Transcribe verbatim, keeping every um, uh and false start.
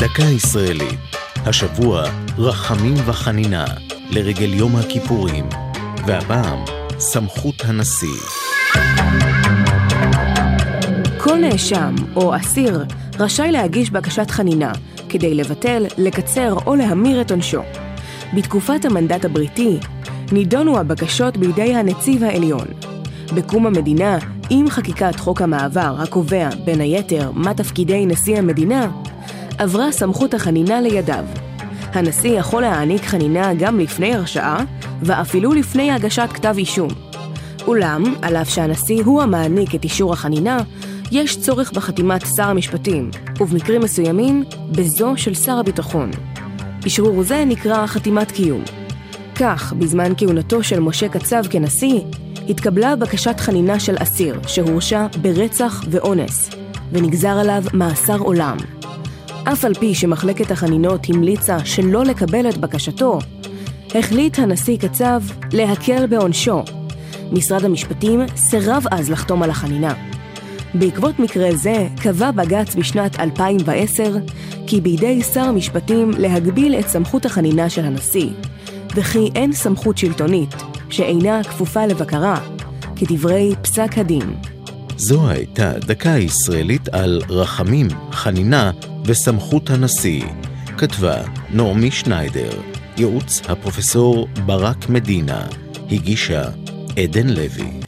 דקה ישראלית, השבוע רחמים וחנינה לרגל יום הכיפורים, והפעם סמכות הנשיא. כל נאשם או אסיר רשאי להגיש בקשת חנינה כדי לבטל, לקצר או להמיר את עונשו. בתקופת המנדט הבריטי נידונו הבקשות בידי הנציב העליון. בקום המדינה, עם חקיקת חוק המעבר הקובע בין היתר מה תפקידי נשיא המדינה, עברה סמכות החנינה לידיו. הנשיא יכול להעניק חנינה גם לפני הרשעה ואפילו לפני הגשת כתב אישום. אולם, על אף שהנשיא הוא המעניק את אישור החנינה, יש צורך בחתימת שר המשפטים, ובמקרים מסוימים, בזו של שר הביטחון. אישרור זה נקרא חתימת קיום. כך, בזמן כהונתו של משה קצב כנשיא, התקבלה בקשת חנינה של אסיר שהורשע ברצח ואונס, ונגזר עליו מאסר עולם. אף על פי שמחלקת החנינות המליצה שלא לקבל את בקשתו, החליט הנשיא קצב להקל בעונשו. משרד המשפטים סירב אז לחתום על החנינה. בעקבות מקרה זה קבע בג"ץ בשנת אלפיים ועשר כי בידי שר המשפטים להגביל את סמכות החנינה של הנשיא, וכי אין סמכות שלטונית שאינה כפופה לבקרה, כדברי פסק הדין. זו הייתה דקה ישראלית על רחמים, חנינה וסמכות הנשיא. כתבה נעמי שניידר, ייעוץ הפרופסור ברק מדינה, הגישה עדן לוי.